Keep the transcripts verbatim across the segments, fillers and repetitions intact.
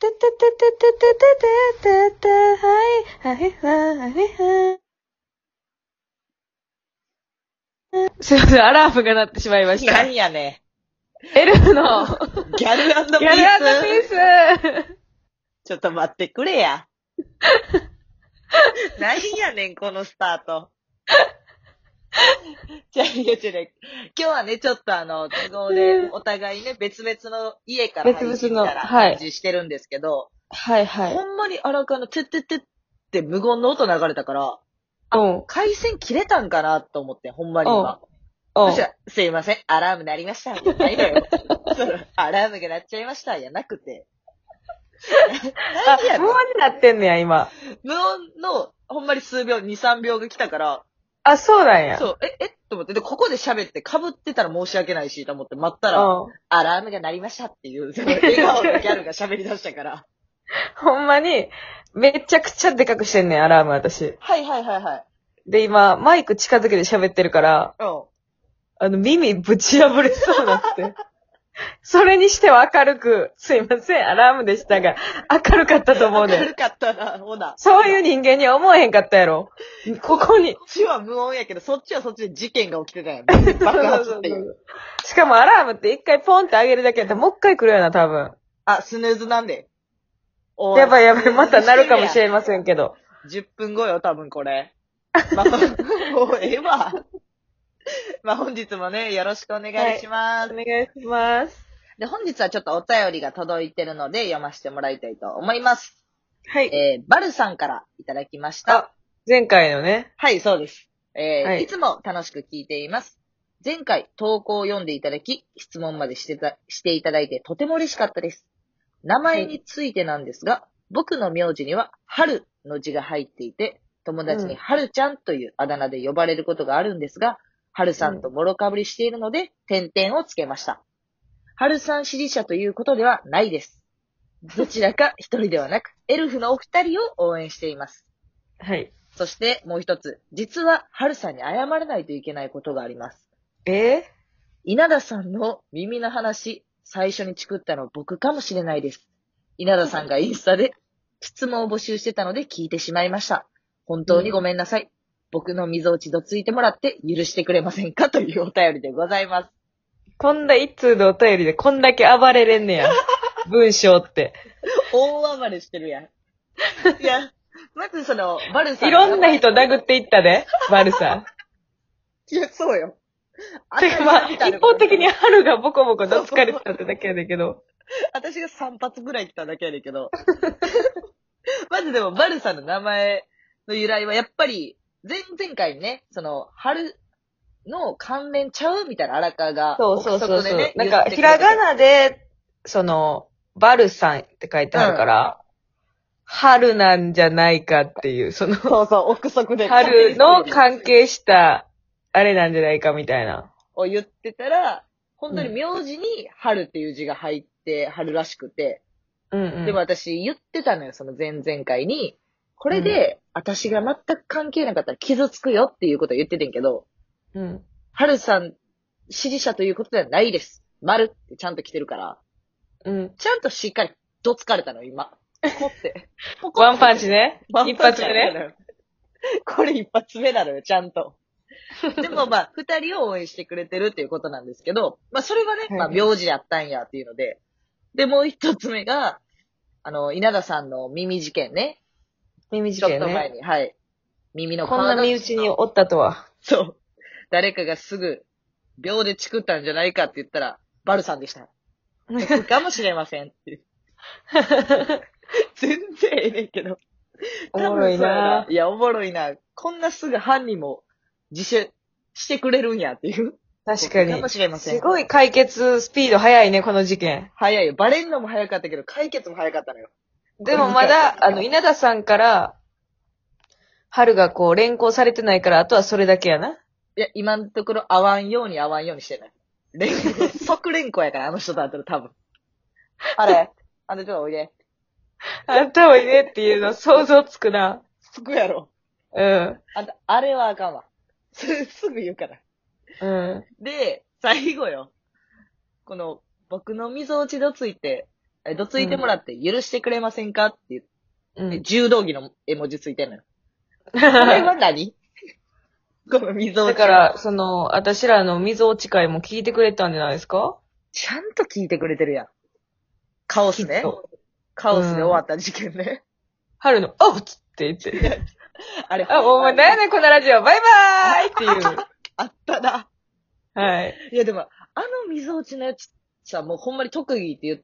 ててててててててはいはいはいはいすいません、アラームが鳴ってしまいました。 なんやねエルフのギャルピース。 ギャルピースちょっと待ってくれや。なんやねん、このスタート。じゃあ、いや違う。今日はね、ちょっとあの、都合で、お互いね、別々の家から配信みたいな感じしてるんですけど、 はいはい。 ほんまに荒川のてってってって無言の音流れたから、 うん。 回線切れたんかなと思って、ほんまに今。 うん。 そしたら、すいません、アラーム鳴りました。じゃないのよ。そのアラームが鳴っちゃいました。やなくて。 あ、無音になってんねや、今。 無音の、ほんまに数秒、に、さんびょうが来たから、 あ、そうなんや。 そう、え、えと思って、で、ここで喋って被ってたら申し訳ないし、と思って待ったら、 うん。 アラームが鳴りましたっていう、その笑顔のギャルが喋り出したから。 ほんまに、めちゃくちゃでかくしてんねん、アラーム、私。 はいはいはいはい。 で、今、マイク近づけて喋ってるから、 うん。 あの、耳ぶち破れそうになって。それにしては明るく、すいません、アラームでしたが、明るかったと思うねん。 明るかったな、ほな。 そういう人間には思えへんかったやろ。ここに。 こっちは無音やけど、そっちはそっちで事件が起きてたよね。爆発っていう。 しかもアラームって一回ポンって上げるだけやったらもう一回来るよな、多分。 あ、スヌーズなんで。おやばいやばい、またなるかもしれませんけど。 じゅっぷんごよ、多分これ。まあ、もうええわ。まあ本日もね、よろしくお願いします。 はい、お願いします。 で、本日はちょっとお便りが届いてるので読ませてもらいたいと思います。 はい。 えー、バルさんからいただきました。 あ、前回のね。 はい、そうです。えー、 はい、 いつも楽しく聞いています。前回投稿を読んでいただき、質問までしてた、していただいてとても嬉しかったです。名前についてなんですが、はい、僕の名字には春の字が入っていて、友達に春ちゃんというあだ名で呼ばれることがあるんですが、春さんともろかぶりしているので、点々をつけました。春さん支持者ということではないです。どちらか一人ではなく、エルフのお二人を応援しています。 はい。 そしてもう一つ、実は春さんに謝らないといけないことがあります。 えー、 稲田さんの耳の話、最初に作ったのは僕かもしれないです。稲田さんがインスタで質問を募集してたので聞いてしまいました。本当にごめんなさい。うん、僕の溝落ちどついてもらって許してくれませんかというお便りでございます。 こんな一通のお便りでこんだけ暴れれんねや。文章って。 大暴れしてるやん。いや、まずその、バルさん。 いろんな人殴っていったで、バルさん。いや、そうよ。 てかまあ、一方的に春がボコボコどつかれてたってだけやねんけど。 私がさん発ぐらい来ただけやねんけど。まずでも、バルさんの名前の由来はやっぱり、前々回にね、その、春の関連ちゃうみたいな荒川が、 そうそうそうそう、 ね。 なんか、ひらがなで、その、バルさんって書いてあるから、うん、春なんじゃないかっていう、その、 そうそう、憶測で。 春の関係した、あれなんじゃないかみたいな。 を言ってたら、本当に名字に春っていう字が入って春らしくて、うんうん、でも私言ってたのよ、その前々回に、これで私が全く関係なかったら傷つくよっていうことを言っててんけど、うん、春さん支持者ということではないです。丸ってちゃんと来てるから、うん、ちゃんとしっかりどつかれたの、今。ポコって。 ポコってワンパンチね。一発目ね。 これ一発目なのよ、ちゃんと。でもまあ、二人を応援してくれてるっていうことなんですけど、まあそれはね、まあ名字やったんやっていうので、で、もう一つ目が、あの、稲田さんの耳事件ね。 耳事件ね。 ちょっと前に、はい。耳のこんな身内におったとは。 そう。誰かがすぐ、秒でチクったんじゃないかって言ったら、バルさんでした。僕かもしれませんっていう。全然ええねんけど。 おもろいな。 いや、おもろいな。こんなすぐ犯人も自首してくれるんやっていう。 確かに。 かもしれません。 すごい解決スピード早いね、この事件。 早いよ。バレんのも早かったけど、解決も早かったのよ。 でもまだ、あの、稲田さんから、春がこう、連行されてないから、あとはそれだけやな。 いや、今のところ会わんように会わんようにしてない。連行、即連行やから、あの人と会ったら多分。あれあんたちょっとおいで。 あんたおいでっていうの想像つくな。 つくやろ。 うん。 あんた、あれはあかんわ。す、すぐ言うから。 うん。 で、最後よ。この、僕の溝落ちどついて、 えどついてもらって許してくれませんかって言って、 うん。 柔道着の絵文字ついてんのよ。これは何この溝落ち。 だから、その、私らの溝落ち会も聞いてくれたんじゃないですか？ ちゃんと聞いてくれてるやん。カオスね。 きっと。 カオスで終わった事件ね。 春の、あっつって言って。 あれ、 あ、お前なんやねんこのラジオ、バイバーイっていう。 あったな。 はい。 いやでも、あの溝落ちのやつさ、もうほんまに特技って言って、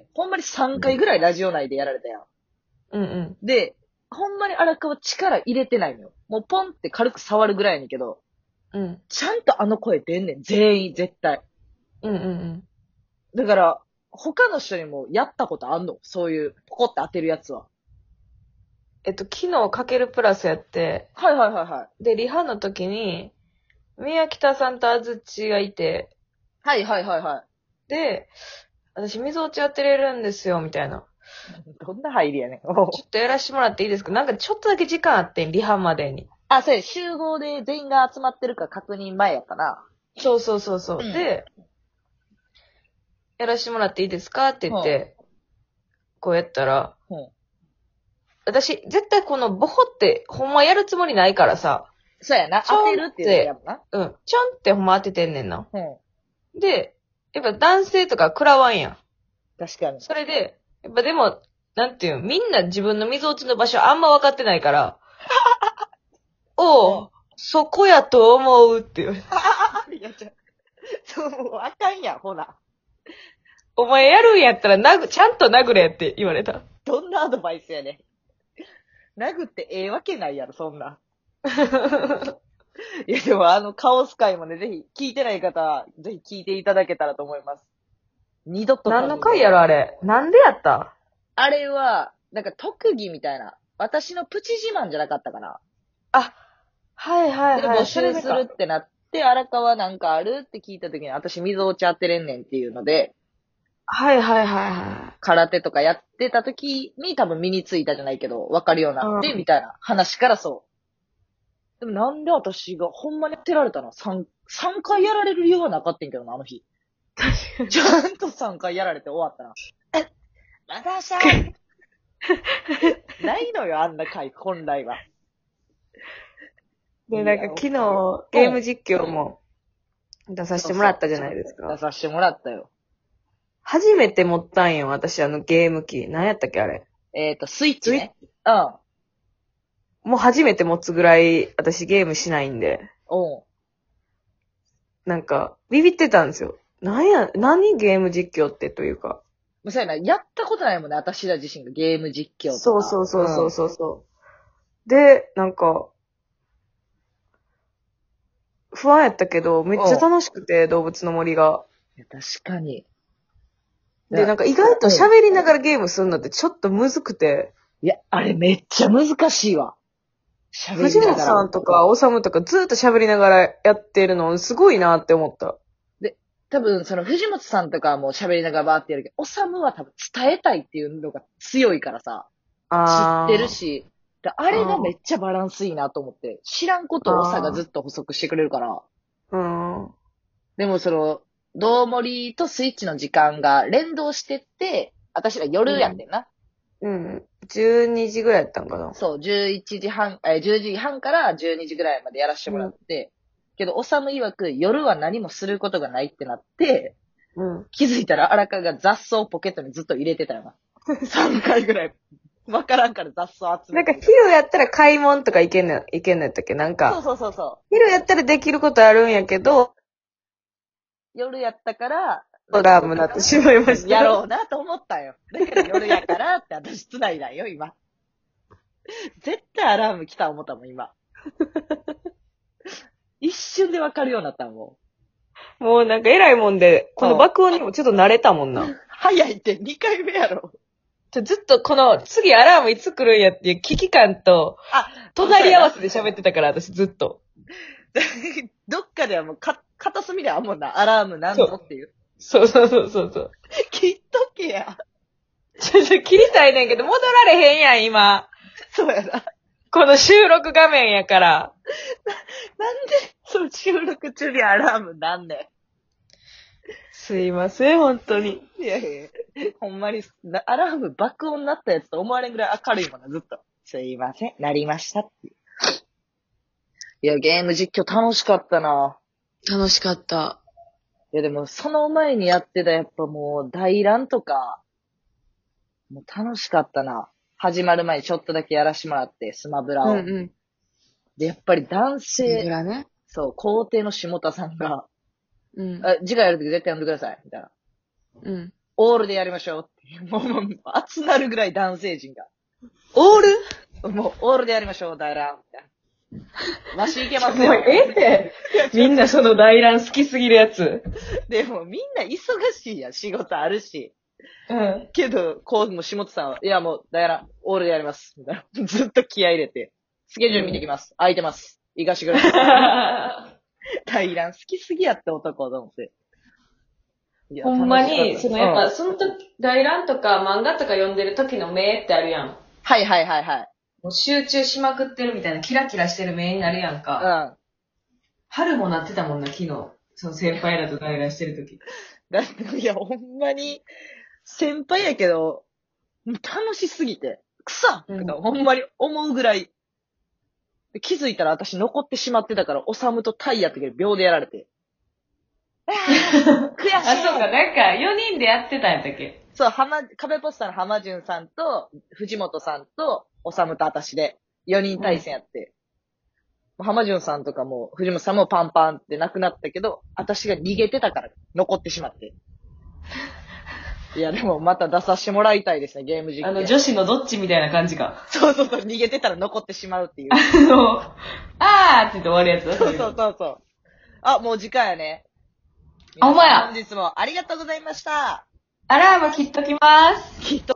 ほんまにさんかいぐらいラジオ内でやられたやん。 うんうん。 で、ほんまに荒川力入れてないのよ。もうポンって軽く触るぐらいやねんけど、 うん。 ちゃんとあの声出んねん。全員、絶対。 うんうんうん。 だから、他の人にもやったことあんの？そういう、ポコって当てるやつは。 えっと、昨日かけるプラスやって、 はいはいはいはい。 で、リハの時に、宮北さんとあずちがいて、 はいはいはいはで、私溝落ちやってれるんですよ、みたいな。 い。どんな入りやねん。おうちょっとやらしてもらっていいですか？なんかちょっとだけ時間あってん、リハまでに。 あ、そうや、集合で全員が集まってるか確認前やったな。 そうそうそうそう。 うんで、やらしてもらっていいですかって言って、こうやったら、 うん。 私、絶対このボホってほんまやるつもりないからさ、 そうやな。 ちょんって当てるっていうやつやもんな。 うん、ちょんってほんま当ててんねんな。 うん。 で、やっぱ男性とか食らわんやん。 確かに。 それで、やっぱでも、なんていうの、みんな自分の溝落ちの場所あんま分かってないから、おう、そこやと思うって言われて。 いや、ちょ、そう、もうあかんやん、ほな。 お前やるんやったら殴、ちゃんと殴れって言われた。 どんなアドバイスやねん。殴ってええわけないやろ、そんな。いや、でもあのカオス会もね、ぜひ、聞いてない方は、ぜひ聞いていただけたらと思います。二度と。 何の回やろあれ。なんでやったあれは、なんか特技みたいな。私のプチ自慢じゃなかったかな。 あ、はいはいで、 はい。 募集するってなって、荒川なんかあるって聞いた時に、私水落ち当てれんねんっていうので、 はいはいはいは空手とかやってた時に多分身についたじゃないけど、わかるようになって、 うんみたいな話からそう。でもなんで私がほんまに当てられたの ?3、三回やられる理由はなかったんけどな、あの日。ちゃんとさんかいやられて終わったな。え、まだしゃーないのよ、あんな回、本来は。 い。で、なんか昨日、ゲーム実況も出させてもらったじゃないです出か。 させてもらったよ。 初めて持ったんよ、私あのゲーム機。何やったっけあれ。 えっと、スイッチね。うん。 もう初めて持つぐらい、私ゲームしないんで。 おう。 なんか、ビビってたんですよ。なんや、何ゲーム実況ってというか。 そうやな、やったことないもんね、私ら自身がゲーム実況とか。 そうそうそうそうそうそう。で、なんか、不安やったけど、めっちゃ楽しくて、動物の森が。 いや確かに。 で、なんか意外と喋りながらゲームするのってちょっとむずくて。 いや、あれめっちゃ難しいわ。喋藤本さんとか、おさむとかずっと喋りながらやってるのすごいなって思った。 で、多分その藤本さんとかはもう喋りながらバーってやるけど、おさむは多分伝えたいっていうのが強いからさ、 あ知ってるし、であれがめっちゃバランスいいなと思って、知らんことをおさがずっと補足してくれるから。 うん。 でもその、どうもりとスイッチの時間が連動してって、私ら夜やってんな。 うん。じゅうにじぐらいやったんかな。 そう、じゅういちじはん、えー、じゅうじはんからじゅうにじぐらいまでやらせてもらって、うん、けど、おさむ曰く夜は何もすることがないってなって、 うん、 気づいたら荒川が雑草をポケットにずっと入れてたよな。さんかいぐらい。わからんから雑草集めて。 なんか昼やったら買い物とか行けんの、行けんのやったっけなんか。 そうそうそうそう。 昼やったらできることあるんやけど、 夜やったから、 ラームなってしまいました。 やろうなと思ったよ。だから夜やからって私繋いだよ、今。絶対アラーム来た思ったもん、今。一瞬でわかるようになったもん。もうなんか偉いもんで、この爆音にもちょっと慣れたもんな。 早いってにかいめやろ。 ずっとこの次アラームいつ来るんやっていう危機感と、あ、隣り合わせで喋ってたから私ずっと。 どっかではもうか、片隅ではもんな、アラームなんのっていう。 そうそうそうそうそう。 切っとけや。 ちょ、ちょ、切りたいねんけど、戻られへんやん、今。 そうやな。 この収録画面やから。な、 なんで、そう、収録中にアラームなんねん。 すいません、本当に。 いやいや、ほんまに、アラーム爆音になったやつと思われんぐらい明るいもんな、ずっと。すいません、なりましたっていう。いや、ゲーム実況楽しかったな。 楽しかった。 いや、でも、その前にやってた、やっぱもう、大乱とか、もう楽しかったな。始まる前にちょっとだけやらしてもらって、スマブラを。 うんうん。 で、やっぱり男スマブ性、 ラね。 そう、皇帝の下田さんが、 うん。 あ、次回やるとき絶対呼んでください、みたいな。 うん。 オールでやりましょうっていう。もう、もう、熱なるぐらい男性陣が。 オールもう、オールでやりましょう、大乱。みたいな。わしいけますもうよ。 ええって。みんなその大乱好きすぎるやつ。 でも、みんな忙しいやん、仕事あるし。 うん。 けど、こう、もう下田さんは、いやもう、大乱、オールでやります。みたいな。ずっと気合い入れて、スケジュール見てきます。空いてます。行かしてください。大乱好きすぎやって男と思って。いやほんまに、 楽しかったそのやっぱ、 うんその時、大乱とか漫画とか読んでる時の目ってあるやん。 はいはいはいはい。 もう集中しまくってるみたいな、キラキラしてる目になるやんうか。 ん。 春もなってたもんな、昨日。その先輩らと大乱してる時。 だって、いや、ほんまに、先輩やけど、もう楽しすぎて、くそうんとか、ほんまに思うぐらい。で気づいたら私残ってしまってたから、おさむとタイやったけど秒でやられて。あー悔しい。 あ、そうか、なんか、よにんでやってたんやったっけ？ そう、浜、壁ポスターの浜淳さんと、藤本さんと、おさむと私で、よにん対戦やって。浜淳さんとかも、藤本さんもパンパンってなくなったけど、私が逃げてたから、残ってしまって。いや、でもまた出させてもらいたいですね、ゲーム実況。 あの、女子のどっちみたいな感じか。 そうそうそう、逃げてたら残ってしまうっていう。 あの、あーって言って終わるやつだ。 そうそうそうそう。あ、もう時間やね。 あほんまや本日もありがとうございました。 アラーム切っときます。 きっと